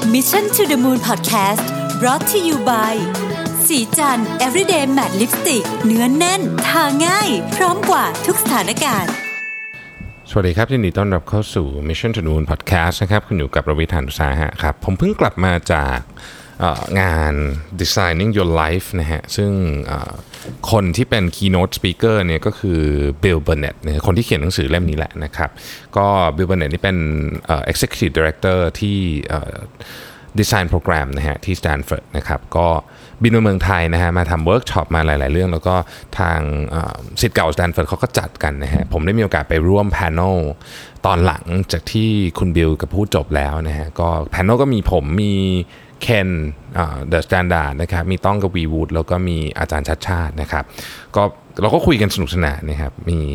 Mission to the Moon Podcast brought to you by สีจัน Everyday Matte Lipstick เนื้อนแน่นทาง่ายพร้อมกว่าทุกสถานการณ์สวัสดีครับยินดีต้อนรับเข้าสู่ Mission to the Moon Podcast นะครับคุณอยู่กับรวิทย์ หาญอุตสาหะครับผมเพิ่งกลับมาจากงาน Designing Your Life นะฮะซึ่งคนที่เป็น keynote speaker เนี่ยก็คือ Bill Burnett นะคนที่เขียนหนังสือเล่มนี้แหละนะครับก็ Bill Burnett นี่เป็นExecutive Director ที่Design Program นะฮะที่ Stanford นะครับก็บินมาเมืองไทยนะฮะมาทำเวิร์กช็อปมาหลายๆเรื่องแล้วก็ทางศิษย์เก่า Stanford เขาก็จัดกันนะฮะผมได้มีโอกาสไปร่วม panel ตอนหลังจากที่คุณบิลกับพูดจบแล้วนะฮะก็ panel ก็มีผมมีเคนเดอะสแตนดาร์ดนะครับมีต้องกวีวูดแล้วก็มีอาจารย์ชัดชาตินะครับก็เราก็คุยกันสนุกสนานนะครับ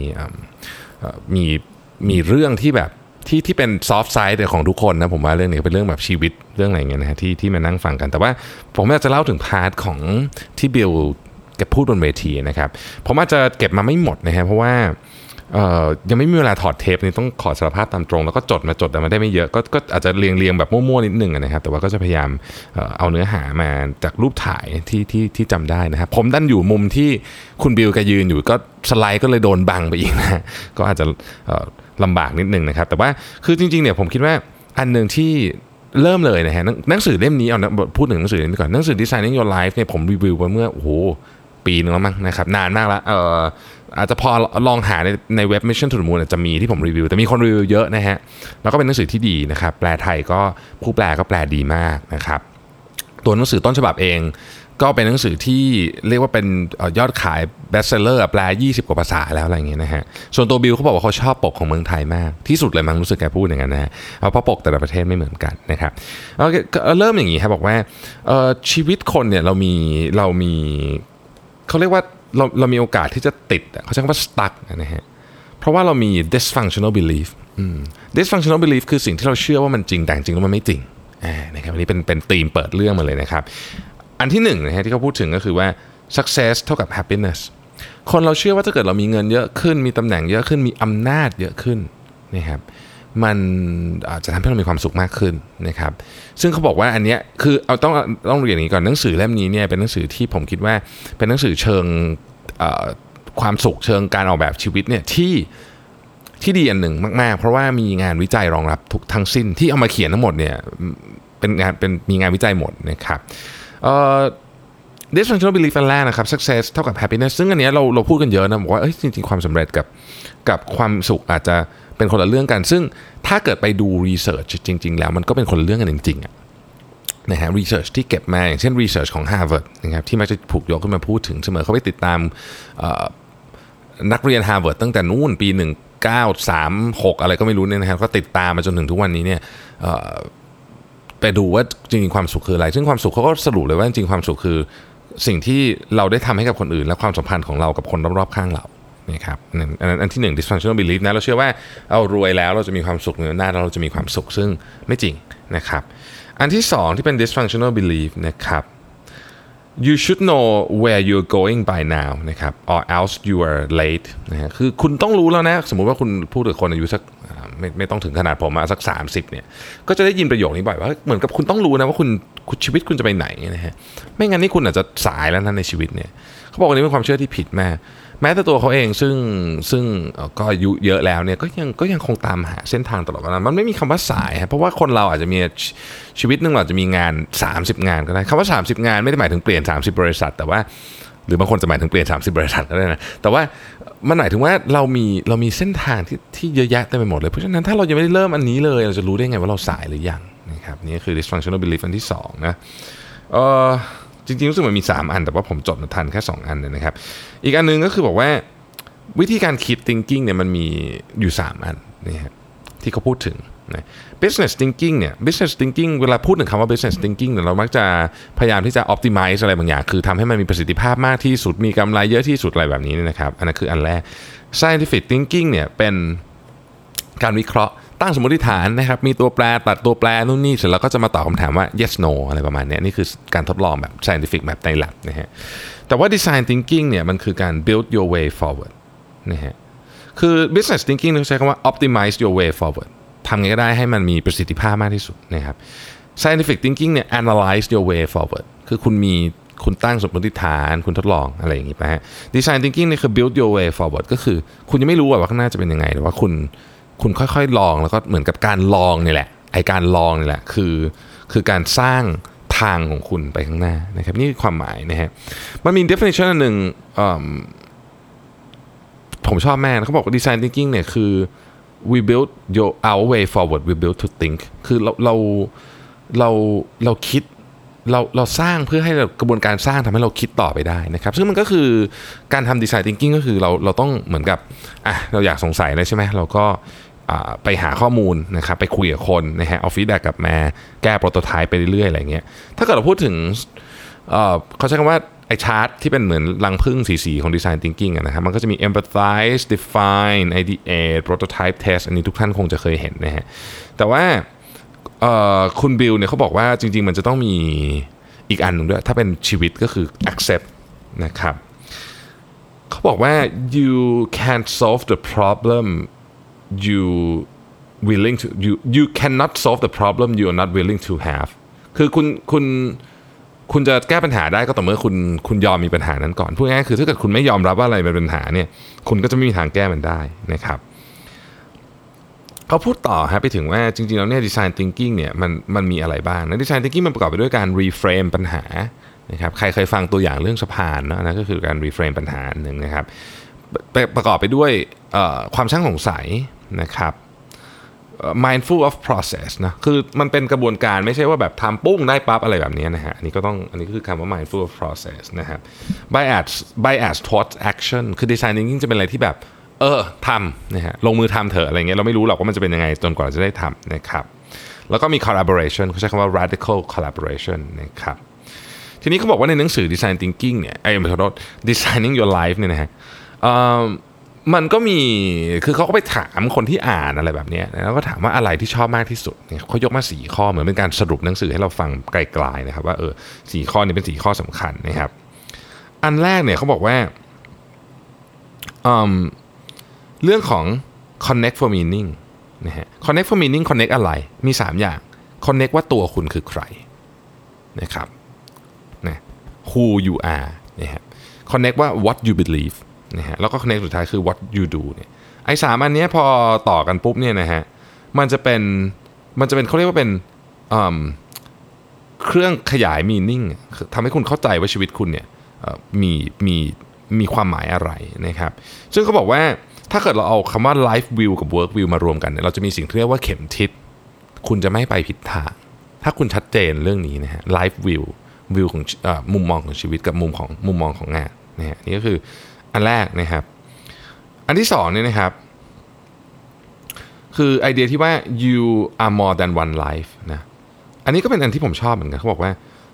มีเรื่องที่แบบที่เป็นซอฟต์ไซด์ของทุกคนนะผมว่าเรื่องนี้เป็นเรื่องแบบชีวิตเรื่องอะไรเงี้ยนะฮะที่มานั่งฟังกันแต่ว่าผมอยากจะเล่าถึงพาร์ทของที่บิลแกพูดบนเวทีนะครับผมอาจจะเก็บมาไม่หมดนะฮะเพราะว่ายังไม่มีเวลาถอดเทปนี่ต้องขอสารภาพตามตรงแล้วก็จดแต่มาได้ไม่เยอะก็อาจจะเรียงแบบมั่วๆนิดนึงนะครับแต่ว่าก็จะพยายามเอาเนื้อหามาจากรูปถ่ายที่จำได้นะครับผมดันอยู่มุมที่คุณบิลแกยืนอยู่ก็สไลด์ก็เลยโดนบังไปอีกนะก็อาจจะลำบากนิดนึงนะครับแต่ว่าคือจริงๆเนี่ยผมคิดว่าอันนึงที่เริ่มเลยนะฮะหนังสือเล่มนี้เอาพูดถึงหนังสือเล่มนี้ก่อนหนังสือ Designing Your Life เนี่ยผมรีวิวไปเมื่อปีนึงแล้วมั้งนะครับนานมากแล้วอาจจะพอลองหาในเว็บ Mission to the Moon จะมีที่ผมรีวิวแต่มีคนรีวิวเยอะนะฮะแล้วก็เป็นหนังสือที่ดีนะครับแปลไทยก็ผู้แปลก็แปลดีมากนะครับตัวหนังสือต้นฉบับเองก็เป็นหนังสือที่เรียกว่าเป็นยอดขายเบสเซลเลอร์แปล20กว่าภาษาแล้วอะไรอย่างเงี้ยนะฮะส่วนตัวบิลเขาบอกว่าเขาชอบปกของเมืองไทยมากที่สุดเลยมั้งรู้สึกแกพูดอย่างนั้นนะฮะเพราะปกแต่ละประเทศไม่เหมือนกันนะครับเริ่มอย่างงี้ครับบอกว่าชีวิตคนเนี่ยเรามีเขาเรียกว่าเรามีโอกาสที่จะติดเขาใช้คำว่า stuck นะฮะเพราะว่าเรามี dysfunctional belief dysfunctional belief คือสิ่งที่เราเชื่อว่ามันจริงแต่จริงแล้วมันไม่จริงนะครับอันนี้เป็นธีมเปิดเรื่องมาเลยนะครับอันที่หนึ่งนะฮะที่เขาพูดถึงก็คือว่า success เท่ากับ happiness คนเราเชื่อว่าถ้าเกิดเรามีเงินเยอะขึ้นมีตำแหน่งเยอะขึ้นมีอำนาจเยอะขึ้นนะครับมันอาจจะทำให้เรามีความสุขมากขึ้นนะครับซึ่งเขาบอกว่าอันเนี้ยคือเอาต้องเรียนอย่างนี้ก่อนหนังสือเล่มนี้เนี่ยเป็นหนังสือที่ผมคิดว่าเป็นหนังสือเชิงความสุขเชิงการออกแบบชีวิตเนี่ยที่ดีอันหนึ่งมากๆเพราะว่ามีงานวิจัยรองรับทุกทั้งสิ้นที่เอามาเขียนทั้งหมดเนี่ยมีงานวิจัยหมดนะครับdysfunctional belief อันแรกนะครับ success เท่ากับ happiness ซึ่งอันเนี้ยเราพูดกันเยอะนะบอกว่าจริงๆความสำเร็จกับความสุขอาจจะเป็นคนละเรื่องกันซึ่งถ้าเกิดไปดู research จริงๆแล้วมันก็เป็นคนละเรื่องกันจริงๆนะฮะ research ที่เก็บมาอย่างเช่น research ของ Harvard นะครับที่มักจะถูกยกขึ้นมาพูดถึงเสมอเขาไปติดตามนักเรียน Harvard ตั้งแต่นู่นปี1936อะไรก็ไม่รู้เนี่ยนะครับก็ติดตามมาจนถึงทุกวันนี้เนี่ยไปดูว่าจริงๆความสุขคืออะไรซึ่งความสุขเขาก็สรุปเลยว่าจริงๆความสุขคือสิ่งที่เราได้ทำให้กับคนอื่นและความสัมพันธ์ของเรากับคนรอบๆข้างเรานะครับอันที่1 dysfunctional belief นะเราเชื่อว่าเอารวยแล้วเราจะมีความสุขในหน้าเราจะมีความสุขซึ่งไม่จริงนะครับอันที่2ที่เป็น dysfunctional belief นะครับ you should know where you're going by now นะครับ or else you are late นะฮะคือคุณต้องรู้แล้วนะสมมุติว่าคุณพูดกับคนอายุสักไม่ต้องถึงขนาดผมมาสัก30เนี่ยก็จะได้ยินประโยคนี้บ่อยว่าเหมือนกับคุณต้องรู้นะว่าคุณชีวิตคุณจะไปไหนนะฮะไม่งั้นนี่คุณอาจจะสายแล้วนะในชีวิตเนี่ยเขาบอกว่านี้เป็นความเชื่อที่ผิดมากแม้แต่ตัวเขาเองซึ่งก็อายุเยอะแล้วเนี่ยก็ยังคงตามหาเส้นทางตลอดเวลามันไม่มีคำว่าสายครับเพราะว่าคนเราอาจจะมีชีวิตนึงอาจจะมีงาน30งานก็ได้คำว่า30งานไม่ได้หมายถึงเปลี่ยน30บริษัทแต่ว่าหรือบางคนจะหมายถึงเปลี่ยน30บริษัทก็ได้นะแต่ว่ามันหมายถึงว่าเรามีเส้นทางที่เยอะแยะเต็มไปหมดเลยเพราะฉะนั้นถ้าเรายังไม่ได้เริ่มอันนี้เลยเราจะรู้ได้ไงว่าเราสายหรือยังนะครับนี่คือ dysfunctional belief อันที่2นะจริงๆรู้สึกมันมี3อันแต่ว่าผมจดมาทันแค่2อันเลยนะครับอีกอันนึงก็คือบอกว่าวิธีการคิด thinking เนี่ยมันมีอยู่3อันนี่ครับที่เขาพูดถึงนะ business thinking เนี่ย business thinking เวลาพูดถึงคำว่า business thinking เนี่ยเรามักจะพยายามที่จะ optimize อะไรบางอย่างคือทำให้มันมีประสิทธิภาพมากที่สุดมีกำไรเยอะที่สุดอะไรแบบนี้นะครับอันนั้นคืออันแรก scientific thinking เนี่ยเป็นการวิเคราะห์ตั้งสมมติฐานนะครับมีตัวแปรตัดตัวแปรนู่นนี่เสร็จแล้วก็จะมาตอบคำถามว่า yes no อะไรประมาณนี้นี่คือการทดลองแบบ scientific แบบใน lab นะฮะแต่ว่า design thinking เนี่ยมันคือการ build your way forward นะฮะคือ business thinking เขาใช้คำว่า optimize your way forward ทำไงก็ได้ให้มันมีประสิทธิภาพมากที่สุดนะครับ scientific thinking เนี่ย analyze your way forward คือคุณตั้งสมมติฐานคุณทดลองอะไรอย่างงี้ไปฮะ design thinking นี่คือ build your way forward ก็คือคุณยังไม่รู้ว่าข้างหน้าจะเป็นยังไงแต่ว่าคุณค่อยๆลองแล้วก็เหมือนกับการลองนี่แหละไอการลองนี่แหละคือการสร้างทางของคุณไปข้างหน้านะครับนี่คือความหมายนะฮะมันมี definition อันหนึ่งผมชอบแม่เขาบอกว่า design thinking เนี่ยคือ we build our way forward we build to think คือเราคิดเราสร้างเพื่อให้กระบวนการสร้างทำให้เราคิดต่อไปได้นะครับซึ่งมันก็คือการทำ design thinking ก็คือเราต้องเหมือนกับเราอยากสงสัยเลยใช่ไหมเราก็ไปหาข้อมูลนะครับไปคุยกับคนนะฮะเอาฟีดแบ็กกลับมาแก้โปรโตไทป์ไปเรื่อยๆอะไรเงี้ยถ้าเกิดเราพูดถึงเขาใช้คำว่าไอชาร์ตที่เป็นเหมือนรังผึ้งสีของ design thinking นะครับมันก็จะมี empathize define ideate prototype test อันนี้ทุกท่านคงจะเคยเห็นนะฮะแต่ว่าคุณบิลเนี่ยเขาบอกว่าจริงๆมันจะต้องมีอีกอันหนึ่งด้วยถ้าเป็นชีวิตก็คือ accept นะครับเขาบอกว่า you can't solve the problem you cannot solve the problem you are not willing to have คือคุณจะแก้ปัญหาได้ก็ต่อเมื่อคุณยอมมีปัญหานั้นก่อนพูดง่ายๆคือถ้าเกิดคุณไม่ยอมรับว่าอะไรเป็นปัญหาเนี่ยคุณก็จะไม่มีทางแก้มันได้นะครับเขาพูดต่อฮะไปถึงว่าจริงๆแล้วเนี่ย design thinking เนี่ยมันมีอะไรบ้างนะ design thinking มันประกอบไปด้วยการ reframe ปัญหานะครับใครเคยฟังตัวอย่างเรื่องสะพานเนาะนะก็คือการ reframe ปัญหาหนึ่งนะครับประกอบไปด้วยความช่างสงสัยนะครับ mindful of process นะคือมันเป็นกระบวนการไม่ใช่ว่าแบบทำปุ้งได้ปั๊บอะไรแบบนี้นะฮะอันนี้ก็คือคำว่า mindful of process นะครับ bias towards action คือ design thinking จะเป็นอะไรที่แบบทำนะฮะลงมือทำเถอะอะไรเงี้ยเราไม่รู้หรอกว่ามันจะเป็นยังไงจนกว่าจะได้ทำนะครับแล้วก็มี collaboration เขาใช้คำว่า radical collaboration นะครับทีนี้เขาบอกว่าในหนังสือ design thinking เนี่ยdesigning your life เนี่ยนะฮะมันก็มีคือเขาก็ไปถามคนที่อ่านอะไรแบบนี้แล้วก็ถามว่าอะไรที่ชอบมากที่สุดเนี่ยเขายกมา4ข้อเหมือนเป็นการสรุปหนังสือให้เราฟังไกลๆนะครับว่า4ข้อนี้เป็น4ข้อสำคัญนะครับอันแรกเนี่ยเขาบอกว่าเรื่องของ connect for meaning นะฮะ connect for meaning connect อะไรมี3อย่าง connect ว่าตัวคุณคือใครนะครับนะ who you are นะฮะ connect ว่า what you believe นะฮะแล้วก็ connect สุดท้ายคือ what you do เนี่ยไอ้3อันนี้พอต่อกันปุ๊บเนี่ยนะฮะมันจะเป็นเขาเรียกว่าเป็นเครื่องขยาย meaning ทำให้คุณเข้าใจว่าชีวิตคุณเนี่ยมีความหมายอะไรนะครับซึ่งเขาบอกว่าถ้าเกิดเราเอาคำว่า life view กับ work view มารวมกันเนี่ยเราจะมีสิ่งที่เรียกว่าเข็มทิศคุณจะไม่ไปผิดทางถ้าคุณชัดเจนเรื่องนี้นะฮะ life view ของมุมมองของชีวิตกับมุมมองของงานนะฮะนี่ก็คืออันแรกนะครับอันที่2เนี่ยนะครับคือไอเดียที่ว่า you are more than one life นะอันนี้ก็เป็นอันที่ผมชอบเหมือนกันเขาบอกว่า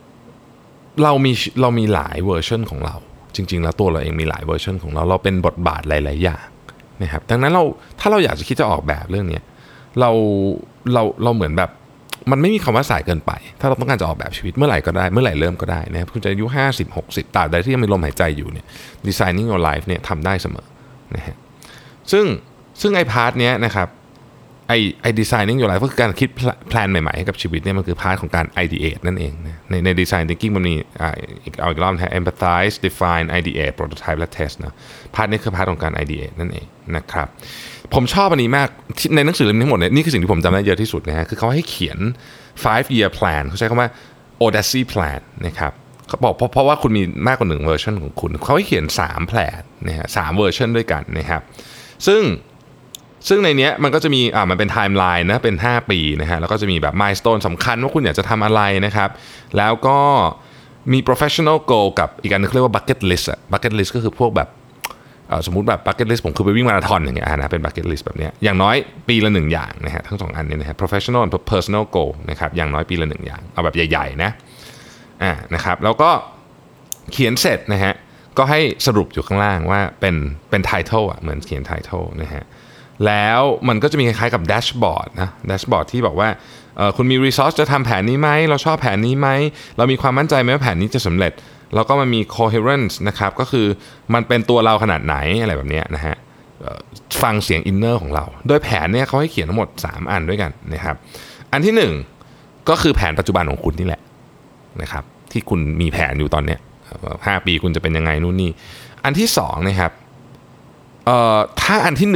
เรามีหลายเวอร์ชันของเราจริงๆแล้วตัวเราเองมีหลายเวอร์ชันของเราเป็นบทบาทหลายๆอย่างนะครับดังนั้นถ้าเราอยากจะคิดจะออกแบบเรื่องนี้เราเหมือนแบบมันไม่มีคำว่าสายเกินไปถ้าเราต้องการจะออกแบบชีวิตเมื่อไหร่ก็ได้เมื่อไหร่เริ่มก็ได้นะครับคุณจะอายุ50 60ตราบใดที่ยังมีลมหายใจอยู่เนี่ย designing your life เนี่ยทำได้เสมอนะฮะซึ่งไอ้พาร์ทเนี้ยนะครับไอ้ designing your life ก็คือการคิดแพลนใหม่ๆให้กับชีวิตเนี่ยมันคือพาร์ทของการ ideate นั่นเองนะใน design thinking มันมีอีกรอบนะ empathize define ideate prototype และ test นะพาร์ทนี้คือพาร์ทของการ ideate นั่นเองนะครับผมชอบอันนี้มากในหนังสือเล่มนี้ทั้งหมดเนี่ยนี่คือสิ่งที่ผมจำได้เยอะที่สุดนะฮะคือเขาให้เขียน 5-year plan เขาใช้คำว่า audacy plan นะครับเขาบอกเพราะว่าคุณมีมากกว่า1เวอร์ชันของคุณเขาให้เขียน3แผนนะฮะ3เวอร์ชันด้วยกันนะครับซึ่งในนี้มันก็จะมีมันเป็นไทม์ไลน์นะเป็น5ปีนะฮะแล้วก็จะมีแบบมายสโตนสำคัญว่าคุณอยากจะทำอะไรนะครับแล้วก็มี professional goal กับอีกอันนึงเรียกว่า bucket list bucket list ก็คือพวกแบบสมมุติแบบ bucket list ผมคือไปวิ่งมาราธอนอย่างเงี้ยนะเป็น bucket list แบบนี้อย่างน้อยปีละ1อย่างนะฮะทั้ง2อันนี้นะฮะ professional and personal goal นะครับอย่างน้อยปีละ1อย่างเอาแบบใหญ่ๆนะนะครับแล้วก็เขียนเสร็จนะฮะก็ให้สรุปอยู่ข้างล่างว่าเป็น title เหมือนเขียน title นะฮะแล้วมันก็จะมีคล้ายๆกับแดชบอร์ดนะแดชบอร์ดที่บอกว่าคุณมี resource จะทำแผนนี้ไหมเราชอบแผนนี้ไหมเรามีความมั่นใจไหมว่าแผนนี้จะสำเร็จแล้วก็มันมี coherence นะครับก็คือมันเป็นตัวเราขนาดไหนอะไรแบบนี้นะฮะฟังเสียง inner ของเราโดยแผนเนี่ยเขาให้เขียนทั้งหมด3อันด้วยกันนะครับอันที่ก็คือแผนปัจจุบันของคุณนี่แหละนะครับที่คุณมีแผนอยู่ตอนเนี้ย5 ปีคุณจะเป็นยังไงนู่นนี่อันที่2นะครับถ้าอันที่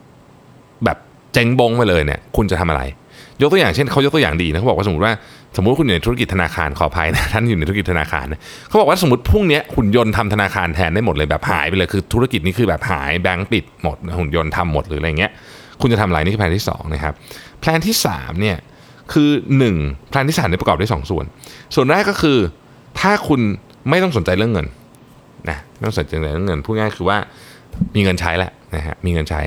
1แบบเจ๊งบงไปเลยเนี่ยคุณจะทำอะไรยกตัวอย่างเช่นเขายกตัวอย่างดีนะเขาบอกว่าสมมติคุณอยู่ในธุรกิจธนาคารขออภัยนะท่านอยู่ในธุรกิจธนาคารนะเขาบอกว่าสมมติพรุ่งนี้หุ่นยนต์ทำธนาคารแทนได้หมดเลยแบบหายไปเลยคือธุรกิจนี้คือแบบหายแบงก์ปิดหมดหุ่นยนต์ทำหมดหรืออะไรเงี้ยคุณจะทำอะไรนี่คือแผนที่2นะครับแผนที่3เนี่ยคือ1แผนที่3เนี่ยประกอบด้วย2ส่วนแรกก็คือถ้าคุณไม่ต้องสนใจเรื่องเงินนะไม่ต้องสนใจเรื่องเงินพูดง่ายคือว่ามีเงินใช้แหละนะฮะมีเงินใช้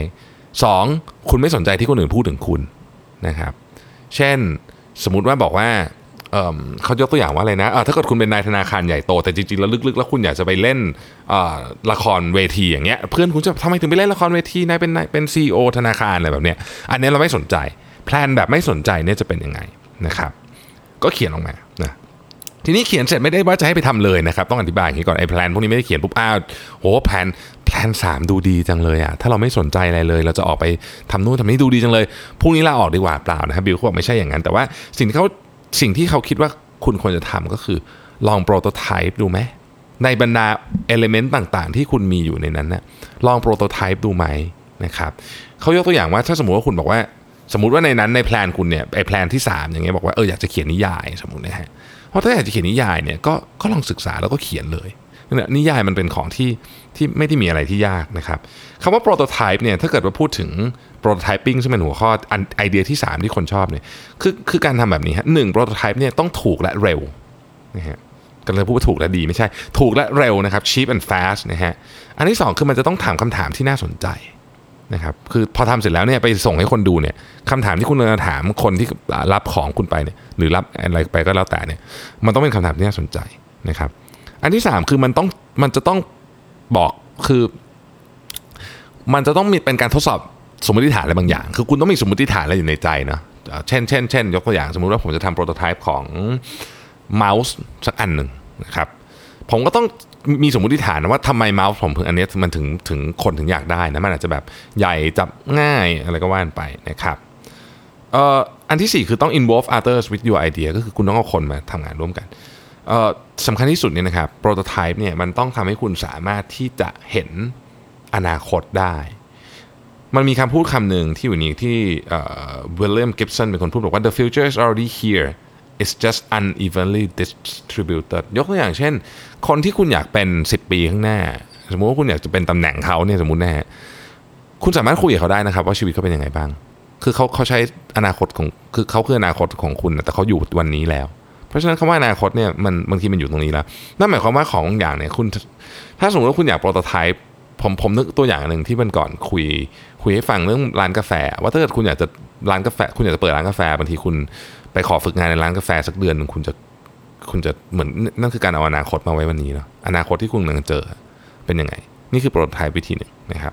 2คุณไม่สนใจที่คนอื่นพูดถึงคุณนะครับเช่นสมมุติว่าบอกว่าเขายกตัวอย่างว่าอะไรนะถ้าเกิดคุณเป็นนายธนาคารใหญ่โตแต่จริงๆแล้วลึกๆแล้วคุณอยากจะไปเล่นละครเวทีอย่างเงี้ยเพื่อนคุณจะทำไมถึงไปเล่นละครเวทีนายเป็น CEO ธนาคารอะไรแบบเนี้ยอันนี้เราไม่สนใจแพลนแบบไม่สนใจเนี่ยจะเป็นยังไงนะครับก็เขียนออกมานะทีนี้เขียนเสร็จไม่ได้ว่าจะให้ไปทำเลยนะครับต้องอธิบายอย่างนี้ก่อนไอ้แพลนพวกนี้ไม่ได้เขียนปุ๊บโหแพลน3ดูดีจังเลยถ้าเราไม่สนใจอะไรเลยเราจะออกไปทำนู่นทำนี่ดูดีจังเลยพรุ่งนี้ลาออกดีกว่าเปล่านะครับบิลเขาบอกไม่ใช่อย่างนั้นแต่ว่าสิ่งที่เขาคิดว่าคุณควรจะทำก็คือลองโปรโตไทป์ดูไหมในบรรดาเอลิเมนต์ต่างๆที่คุณมีอยู่ในนั้นนะลองโปรโตไทป์ดูไหมนะครับเขายกตัวอย่างว่าถ้าสมมุติว่าคุณบอกว่าสมมุติว่าในนั้นในแพลนคุณเนี่ยไอ้แพลนที่3อย่างเงี้ยบอกว่าอยากจะเขียนนิยายสมมุตินะฮะเพราะถ้าอยากจะเขียนนิยายเนี่ยก็ลองศึกษาแล้วก็เขียนเลยนิยายมันเป็นของที่ไม่ได้มีอะไรที่ยากนะครับคำว่าโปรโตไทป์เนี่ยถ้าเกิดว่าพูดถึงโปรโตไทปิ้งซึ่งเป็นหัวข้อไอเดียที่3ที่คนชอบเนี่ยคือการทำแบบนี้ฮะ1โปรโตไทป์เนี่ยต้องถูกและเร็วนะฮะกันเลยพูดว่าถูกและดีไม่ใช่ถูกและเร็วนะครับ cheap and fast นะฮะอันที่2คือมันจะต้องถามคำถามที่น่าสนใจนะครับคือพอทำเสร็จแล้วเนี่ยไปส่งให้คนดูเนี่ยคำถามที่คุณจะถามคนที่รับของคุณไปเนี่ยหรือรับอะไรไปก็แล้วแต่เนี่ยมันต้องเป็นคำถามที่น่าสนใจนะครับอันที่3คือมันจะต้องบอกคือมันจะต้องมีเป็นการทดสอบสมมติฐานอะไรบางอย่างคือคุณต้องมีสมมติฐานอะไรอยู่ในใจนะเช่นยกตัวอย่างสมมุติว่าผมจะทำโปรโตไทป์ของเมาส์สักอันหนึ่งนะครับผมก็ต้องมีสมมติฐานว่าทำไมเมาส์ผมอันนี้มันถึงคนถึงอยากได้นะมันอาจจะแบบใหญ่จับง่ายอะไรก็ว่าไปนะครับอันที่4คือต้อง involve others with your idea ก็คือคุณต้องเอาคนมาทำงานร่วมกันสำคัญที่สุดเนี่ยนะครับโปรโตไทป์เนี่ยมันต้องทำให้คุณสามารถที่จะเห็นอนาคตได้มันมีคำพูดคำหนึ่งที่อยู่นี้ที่วิลเลียมกิฟสันเป็นคนพูดบอกว่า the future is already here it's just unevenly distributed ยกตัวอย่างเช่นคนที่คุณอยากเป็น10 ปีข้างหน้าสมมติว่าคุณอยากจะเป็นตำแหน่งเขาเนี่ยสมมุตินะฮะคุณสามารถคุยกับเขาได้นะครับว่าชีวิตเขาเป็นยังไงบ้างคือเขาใช้อนาคตของคือเขาคืออนาคตของคุณแต่เขาอยู่วันนี้แล้วเพราะฉะนั้นคำว่าอนาคตเนี่ยมันบางทีมันอยู่ตรงนี้แล้วนั่นหมายความว่าของบางอย่างเนี่ยคุณถ้าสมมติว่าคุณอยากโปรโตไทป์ผมนึกตัวอย่างหนึ่งที่มันก่อนคุยให้ฟังเรื่องร้านกาแฟว่าถ้าเกิดคุณอยากจะร้านกาแฟคุณอยากจะเปิดร้านกาแฟบางทีคุณไปขอฝึกงานในร้านกาแฟสักเดือนนึงคุณจะเหมือนนั่นคือการเอาอนาคตมาไว้วันนี้เนาะอนาคตที่คุณกำลังเจอเป็นยังไงนี่คือโปรโตไทป์วิธีหนึ่งนะครับ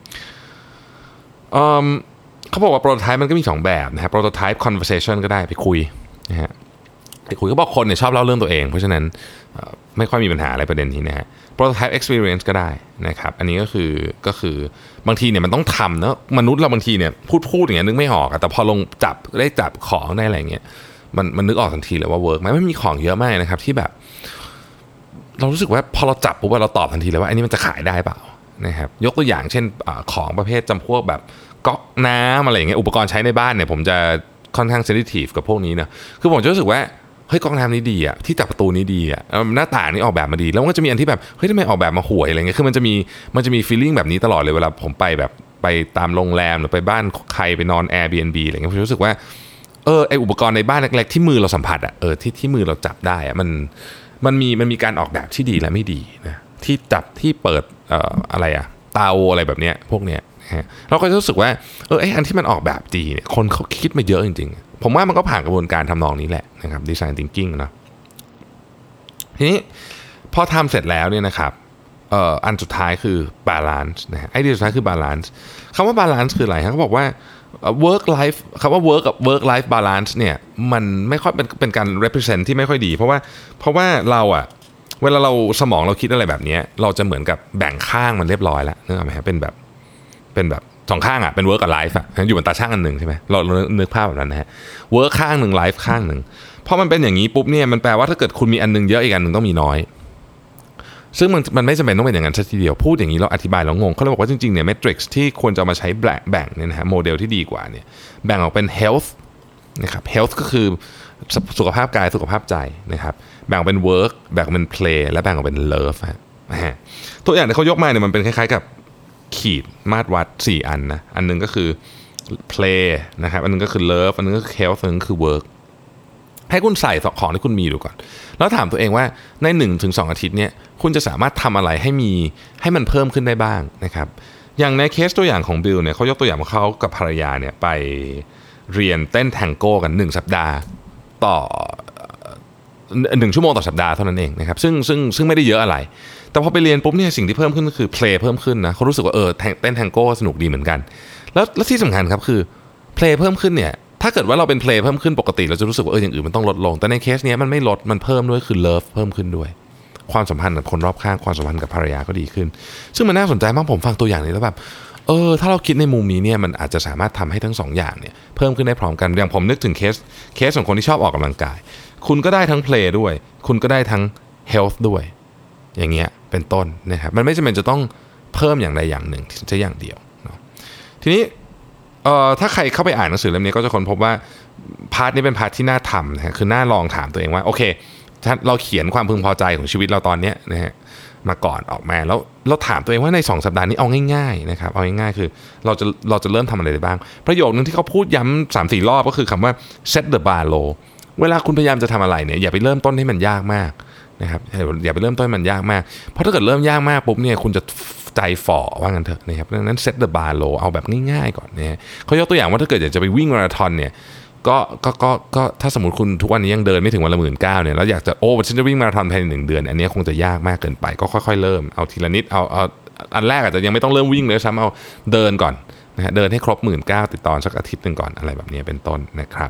เขาบอกว่าโปรโตไทป์มันก็มี2แบบนะครับโปรโตไทป์ conversation ก็ได้ไปคุยนะฮะไปคุยเขาบอกคนเนี่ยชอบเล่าเรื่องตัวเองเพราะฉะนั้นไม่ค่อยมีปัญหาอะไรประเด็นนี้นะฮะ prototype experience ก็ได้นะครับอันนี้ก็คือบางทีเนี่ยมันต้องทำเนอะมนุษย์เราบางทีเนี่ยพูดอย่างเงี้ยนึกไม่ออกแต่พอลงจับของได้อะไรเงี้ยมันนึกออกทันทีเลยว่าเวิร์กไหมไม่มีของเยอะมากนะครับที่แบบเรารู้สึกว่าพอเราจับปุ๊บเราตอบทันทีเลยว่าอันนี้มันจะขายได้เปล่านะครับยกตัวอย่างเช่นของประเภทจำพวกแบบก๊อกน้ำอะไรอย่างเงี้ยอุปกรณ์ใช้ในบ้านเนี่ยผมจะค่อนข้างเซนซิทีฟกับพวกนี้นะคือผมจะรู้สึกว่าเฮ้ยก๊อกน้ำนี้ดีที่จับประตูนี้ดีหน้าต่างนี้ออกแบบมาดีแล้วมันก็จะมีอันที่แบบเฮ้ยทำไมออกแบบมาห่วยอะไรเงี้ยคือมันจะมีฟีลลิ่งแบบนี้ตลอดเลยเวลาผมไปตามโรงแรมหรือไปบ้านใครไปนอน Airbnb อะไรเงี้ยผมรู้สึกว่าไออุปกรณ์ในบ้านเล็กๆที่มือเราสัมผัสที่มือเราจับได้มันมีการออกแบบที่ดีและไม่ดีนะที่จับที่เปิดอะไรเตาอะไรแบบเนี้ยพวกเนี้ยเราก็จะรู้สึกว่าไออันที่มันออกแบบดีเนี่ยคนเขาคิดมาเยอะจริงๆผมว่ามันก็ผ่านกระบวนการทำนองนี้แหละนะครับ design thinking นะทีนี้พอทำเสร็จแล้วเนี่ยนะครับอันสุดท้ายคือ balance นะฮะไอเดียสุดท้ายคือ balance คำว่า balance คืออะไรเขาบอกว่า work life คำว่า work life balance เนี่ยมันไม่ค่อยเป็นการ represent ที่ไม่ค่อยดีเพราะว่าเราเวลาเราสมองเราคิดอะไรแบบนี้เราจะเหมือนกับแบ่งข้างมันเรียบร้อยแล้วนึกออกไหมฮะเป็นแบบ 2ข้างอ่ะเป็น work กับ life อ่ะอยู่บนตาช่างอันหนึ่งใช่ไหมเรานึกภาพแบบนั้นนะฮะ work ข้างหนึ่ง life ข้างหนึ่งพอมันเป็นอย่างนี้ปุ๊บเนี่ยมันแปลว่าถ้าเกิดคุณมีอันนึงเยอะอีกอันนึงต้องมีน้อยซึ่งมันไม่จำเป็นต้องเป็นอย่างนั้นซะทีเดียวพูดอย่างนี้เราอธิบายแล้วงงเขาเลยบอกว่าจริงๆเนี่ย matrix ที่ควรจะมาใช้แบ่งเนี่ยนะฮะโมเดลที่ดีกว่าเนี่ยแบ่งออกเป็น health นะครับ health ก็คือสุขภาพกายสุขภาพใจนะครับแบ่งเป็น work แบ่งเป็น play และแบ่งออกเป็น love ฮะตัวอย่างที่เขายกมาเนี่ยมันเป็นคล้ายๆกับขีดมาตรวัด4อันนะอันนึงก็คือ play นะครับอันนึงก็คือ love อันนึงก็คือ health อันนึงคือ work ให้คุณใส่ของที่คุณมีดูก่อนแล้วถามตัวเองว่าใน 1-2 อาทิตย์เนี่ยคุณจะสามารถทำอะไรให้มันเพิ่มขึ้นได้บ้างนะครับอย่างในเคสตัวอย่างของบิลเนี่ยเขายกตัวอย่างว่าเขากับภรรยาเนี่ยไปเรียนเต้นแทงโก้กัน1สัปดาห์ต่อ1ชั่วโมงต่อสัปดาห์เท่านั้นเองนะครับซึ่งไม่ได้เยอะอะไรแต่พอไปเรียนปุ๊บเนี่ยสิ่งที่เพิ่มขึ้นก็คือเพลย์เพิ่มขึ้นนะเขารู้สึกว่าเต้นแทงโก้สนุกดีเหมือนกันแล้วที่สำคัญครับคือเพลย์เพิ่มขึ้นเนี่ยถ้าเกิดว่าเราเป็นเพลย์เพิ่มขึ้นปกติเราจะรู้สึกว่าอย่างอื่นมันต้องลดลงแต่ในเคสนี้มันไม่ลดมันเพิ่มด้วยคือเลิฟเพิ่มขึ้นด้วยความสัมพันธ์กับคนรอบข้างความสัมพันธ์กับภรรยาก็ดีขึ้นซึ่งมันน่าสนใจมากผมฟังตัวอย่างนี้แล้วแบบถ้าเราคิดในมุมนี้เนี่ยมันอาจจะสามารถทำให้ทั้ง2อย่างเนี่ยเพิ่มขึ้นได้พร้อมกันอย่างผมนึกถึงเคสของคนที่ชอบออกกำลังกายคุณก็ได้ทั้งเพลย์ด้วยคุณก็ได้ทั้งเฮลท์ด้วยอย่างเงี้ยเป็นต้นนะครับมันไม่จำเป็นจะต้องเพิ่มอย่างใดอย่างหนึ่งจะอย่างเดียวเนาะทีนี้ถ้าใครเข้าไปอ่านหนังสือเล่มนี้ก็จะค้นพบว่าพาร์ทนี้เป็นพาร์ทที่น่าทำนะคือน่าลองถามตัวเองว่าโอเคเราเขียนความพึงพอใจของชีวิตเราตอนนี้นะฮะมาก่อนออกมาแล้วเราถามตัวเองว่าใน2สัปดาห์นี้เอาง่ายๆนะครับเอาง่ายๆคือเราจะเริ่มทำอะไรได้บ้างประโยคนึงที่เขาพูดย้ำ 3-4 รอบก็คือคำว่า set the bar low เวลาคุณพยายามจะทำอะไรเนี่ยอย่าไปเริ่มต้นให้มันยากมากนะครับอย่าไปเริ่มต้นมันยากมากเพราะถ้าเกิดเริ่มยากมากปุ๊บเนี่ยคุณจะใจฝ่อว่างั้นเถอะนะครับดังนั้น set the bar low เอาแบบง่ายๆก่อนนะเขายกตัวอย่างว่าถ้าเกิดอยากจะไปวิ่งมาราธอนเนี่ยก็ถ้าสมมติคุณทุกวันนี้ยังเดินไม่ถึงวันละ 19,000 เนี่ยแล้วอยากจะฉันจะวิ่งมาราธอนภายใน1 เดือนอันนี้คงจะยากมากเกินไปก็ค่อยๆเริ่มเอาทีละนิดเอาอันแรกอาจจะยังไม่ต้องเริ่มวิ่งเลยซ้ำเอาเดินก่อนนะฮะเดินให้ครบ 19,000 ติดต่อสักอาทิตย์นึงก่อนอะไรแบบนี้เป็นต้นนะครับ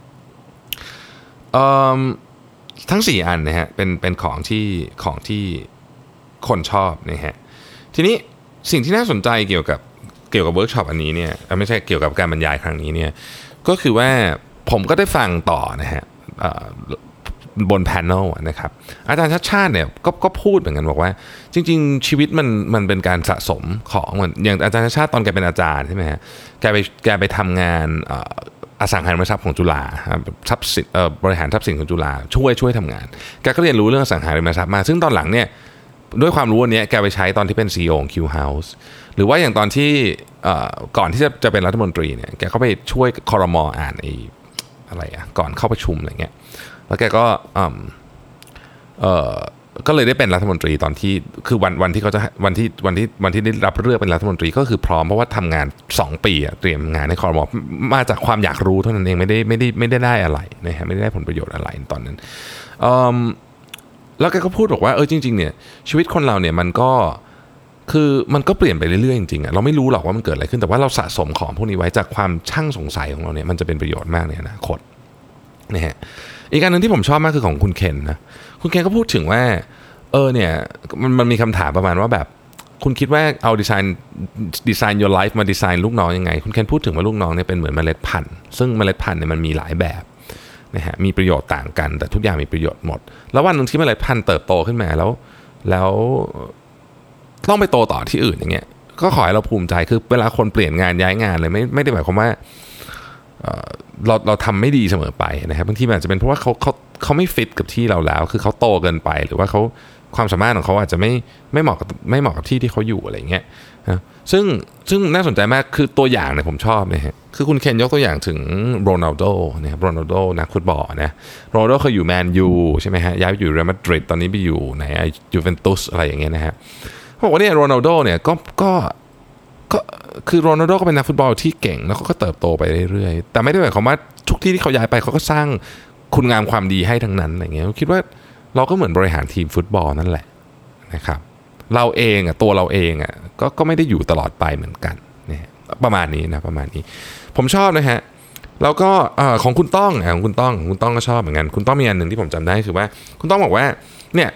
ทั้ง4อันนะฮะเป็นของที่คนชอบนะฮะทีนี้สิ่งที่น่าสนใจเกี่ยวกับเวิร์กช็อปอันนี้เนี่ยไม่ใช่เกี่ยวกับการบรรยายครั้งนี้เนี่ยก็คือว่าผมก็ได้ฟังต่อนะฮะบนแพนเนลนะครับอาจารย์ชัชชาติเนี่ยก็พูดเหมือนกันบอกว่าจริงๆชีวิตมันเป็นการสะสมของเหมือนอย่างอาจารย์ชัชชาติตอนแกเป็นอาจารย์ใช่ไหมฮะแกไปทำงานอสังหาริมทรัพย์ของจุฬาทรัพย์สินบริหารทรัพย์สินของจุฬาช่วยทำงานแกก็เรียนรู้เรื่องอสังหาริมทรัพย์มาซึ่งตอนหลังเนี่ยด้วยความรู้อันนี้แกไปใช้ตอนที่เป็น CEO ของ Q House หรือว่าอย่างตอนที่ก่อนที่จะเป็นรัฐมนตรีเนี่ยแกก็ไปช่วยครม.อ่านอะไรก่อนเข้าประชุมอะไรเงี้ยแล้วแกก็ก็เลยได้เป็นรัฐมนตรีตอนที่คือวันที่เขาจะวันที่ได้รับเลือกเป็นรัฐมนตรีก็คือพร้อมเพราะว่าทำงาน2 ปีเตรียมงานในครม.มาจากความอยากรู้เท่านั้นเองไม่ได้อะไรนะฮะไม่ได้ผลประโยชน์อะไรตอนนั้นแล้วแกก็พูดบอกว่าจริงๆเนี่ยชีวิตคนเราเนี่ยมันก็เปลี่ยนไปเรื่อยๆจริงๆเราไม่รู้หรอกว่ามันเกิดอะไรขึ้นแต่ว่าเราสะสมของพวกนี้ไว้จากความช่างสงสัยของเราเนี่ยมันจะเป็นประโยชน์มากในอนาคตนะฮะอีกอันนึงที่ผมชอบมากคือของคุณเคนนะคุณเคนก็พูดถึงว่าเนี่ยมันมีคำถามประมาณว่าแบบคุณคิดว่าเอาดีไซน์ your life มาดีไซน์ลูกน้องยังไงคุณเคนพูดถึงว่าลูกน้องเนี่ยเป็นเหมือนเมล็ดพันธุ์ซึ่งเมล็ดพันธุ์เนี่ยมันมีหลายแบบนะฮะมีประโยชน์ต่างกันแต่ทุกอย่างมีประโยชน์หมดแล้ววันนึงที่เมล็ดพันธุ์เติบโตขึ้นมาแล้วต้องไปโตต่อที่อื่นอย่างเงี้ยก็ขอให้เราภูมิใจคือเวลาคนเปลี่ยนงานย้ายงานเลยไม่ได้หมายความว่าเราทำไม่ดีเสมอไปนะครับบางทีมันอาจจะเป็นเพราะว่าเขาไม่ฟิตกับที่เราแล้วคือเขาโตเกินไปหรือว่าเขาความสามารถของเขาอาจจะไม่เหมาะกับที่เขาอยู่อะไรเงี้ยนะซึ่งน่าสนใจมากคือตัวอย่างเนี่ยผมชอบนะฮะคือคุณเคนยกตัวอย่างถึงโรนัลโดนะครับโรนัลโดนักฟุตบอลนะโรนัลโดเคยอยู่แมนยูใช่ไหมฮะย้ายไปอยู่เรอัลมาดริดตอนนี้ไปอยู่ไหนยูเวนตุสอะไรอย่างเงี้ยนะฮะบอกว่าเนี่ยโรนัลโดเนี่ยก็คือโรนัลโดก็เป็นนักฟุตบอลที่เก่งแล้วก็เติบโตไปเรื่อยๆแต่ไม่ได้หมายความว่าทุกที่เขาย้ายไปเขาก็สร้างคุณงามความดีให้ทั้งนั้นอะไรเงี้ยคิดว่าเราก็เหมือนบริหารทีมฟุตบอลนั่นแหละนะครับเราเองตัวเราเองก็ไม่ได้อยู่ตลอดไปเหมือนกันเนี่ยประมาณนี้ผมชอบนะฮะแล้วก็ของคุณต้องก็ชอบเหมือนกันคุณต้องมีอันหนึ่งที่ผมจำได้คือว่าคุณต้องบอกว่าเนี่ย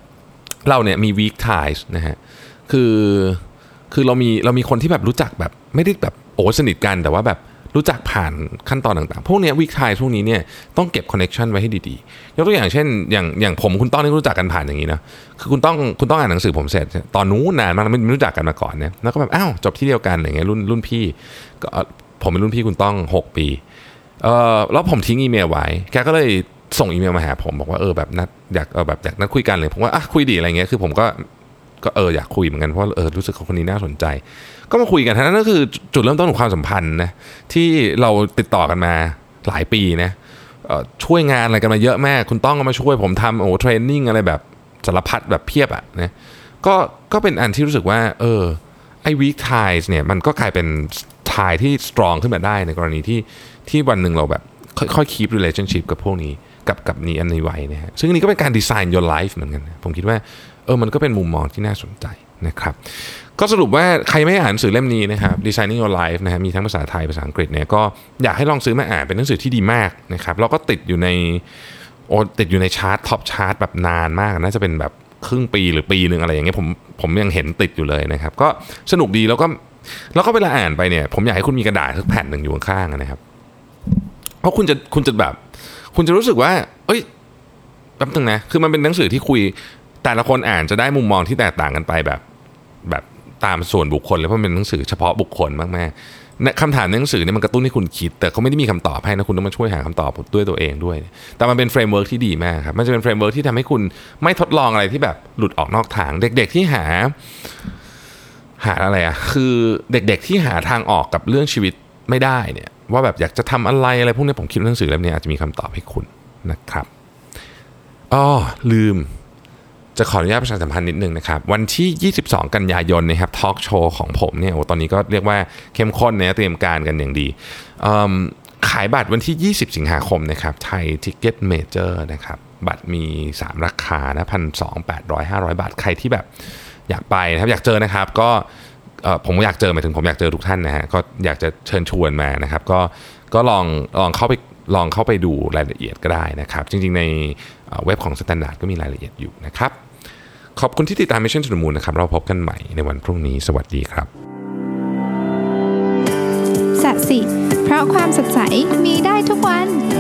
เราเนี่ยมี weak ties นะฮะคือเรามีคนที่แบบรู้จักแบบไม่ได้แบบโอ้สนิทกันแต่ว่าแบบรู้จักผ่านขั้นตอนต่างๆพวกนี้วิกไทยพวกนี้เนี่ยต้องเก็บคอนเนคชันไว้ให้ดีๆยกตัวอย่างเช่นอย่างผมคุณต้องนี่รู้จักกันผ่านอย่างนี้นะคือคุณต้องอ่านหนังสือผมเสร็จตอนนู้นนานมากไม่รู้จักกันมาก่อนเนี่ยแล้วก็แบบอ้าวจบที่เดียวกันอะไรเงี้ยรุ่นพี่ก็ผมเป็นรุ่นพี่คุณต้อง6 ปีแล้วผมทิ้งอีเมลไว้แกก็เลยส่งอีเมลมาหาผมบอกว่าแบบนัดอยากนัดคุยกันเลยผมว่าคุยดีอะไรเงี้ยคือผมก็อยากคุยเหมือนกันเพราะรู้สึกคนนี้น่าสนใจก็มาคุยกันนั่นก็คือจุดเริ่มต้นของความสัมพันธ์นะที่เราติดต่อกันมาหลายปีนะช่วยงานอะไรกันมาเยอะมากคุณต้องก็มาช่วยผมทำเทรนนิ่งอะไรแบบสารพัดแบบเพียบอ่ะนะก็เป็นอันที่รู้สึกว่าไอ้ weak ties เนี่ยมันก็กลายเป็นtie ที่ strong ขึ้นมาได้ในกรณีที่วันหนึ่งเราแบบค่อยๆ keep relationship กับพวกนี้กับนี้อันนี้ไว้นะฮะซึ่งอันนี้ก็เป็นการ design your life เหมือนกันผมคิดว่ามันก็เป็นมุมมองที่น่าสนใจนะครับก็สรุปว่าใครไม่อ่านหนังสือเล่มนี้นะครับ Designing Your Life นะฮะมีทั้งภาษาไทยภาษาอังกฤษเนี่ยก็อยากให้ลองซื้อมาอ่านเป็นหนังสือที่ดีมากนะครับแล้วก็ติดอยู่ในชาร์ตท็อปชาร์ตแบบนานมากน่าจะเป็นแบบครึ่งปีหรือปีนึงอะไรอย่างเงี้ยผมยังเห็นติดอยู่เลยนะครับก็สนุกดีแล้วก็เวลาอ่านไปเนี่ยผมอยากให้คุณมีกระดาษสักแผ่นหนึ่งอยู่ข้างๆนะครับเพราะคุณจะรู้สึกว่าแป๊บนึงนะคือมันเป็นหนังสือที่คุยแต่ละคนอ่านจะได้มุมมองที่แตกต่างกันไปแบบตามส่วนบุคคลเลยเพราะมันเป็นหนังสือเฉพาะบุคคลมากๆคำถามในหนังสือเนี่ยมันกระตุ้นให้คุณคิดแต่เขาไม่ได้มีคำตอบให้นะคุณต้องมาช่วยหาคำตอบด้วยตัวเองด้วยแต่มันเป็นเฟรมเวิร์กที่ดีมากครับมันจะเป็นเฟรมเวิร์กที่ทำให้คุณไม่ทดลองอะไรที่แบบหลุดออกนอกทางเด็กๆที่หาอะไรคือเด็กๆที่หาทางออกกับเรื่องชีวิตไม่ได้เนี่ยว่าแบบอยากจะทำอะไรพวกนี้ผมคิดว่าหนังสือเล่มนี้อาจจะมีคำตอบให้คุณนะครับลืมจะขออนุญาตประชาสัมพันธ์นิดนึงนะครับวันที่22กันยายนนะครับทอล์กโชว์ของผมเนี่ยตอนนี้ก็เรียกว่าเข้มข้นนะเตรียมการกันอย่างดีขายบัตรวันที่20สิงหาคมนะครับไทยทิกเก็ตเมเจอร์นะครับบัตรมี3ราคานะ 1,200 800 500 บาทใครที่แบบอยากไปนะครับอยากเจอนะครับก็ผมอยากเจอหมายถึงผมอยากเจอทุกท่านนะฮะก็อยากจะเชิญชวนมานะครับก็ลองเข้าไปดูรายละเอียดก็ได้นะครับจริงๆในเว็บของ Standard ก็มีรายละเอียดอยู่นะครับขอบคุณที่ติดตาม Mission to the Moon นะครับเราพบกันใหม่ในวันพรุ่งนี้สวัสดีครับสัตว์สิเพราะความสดใสมีได้ทุกวัน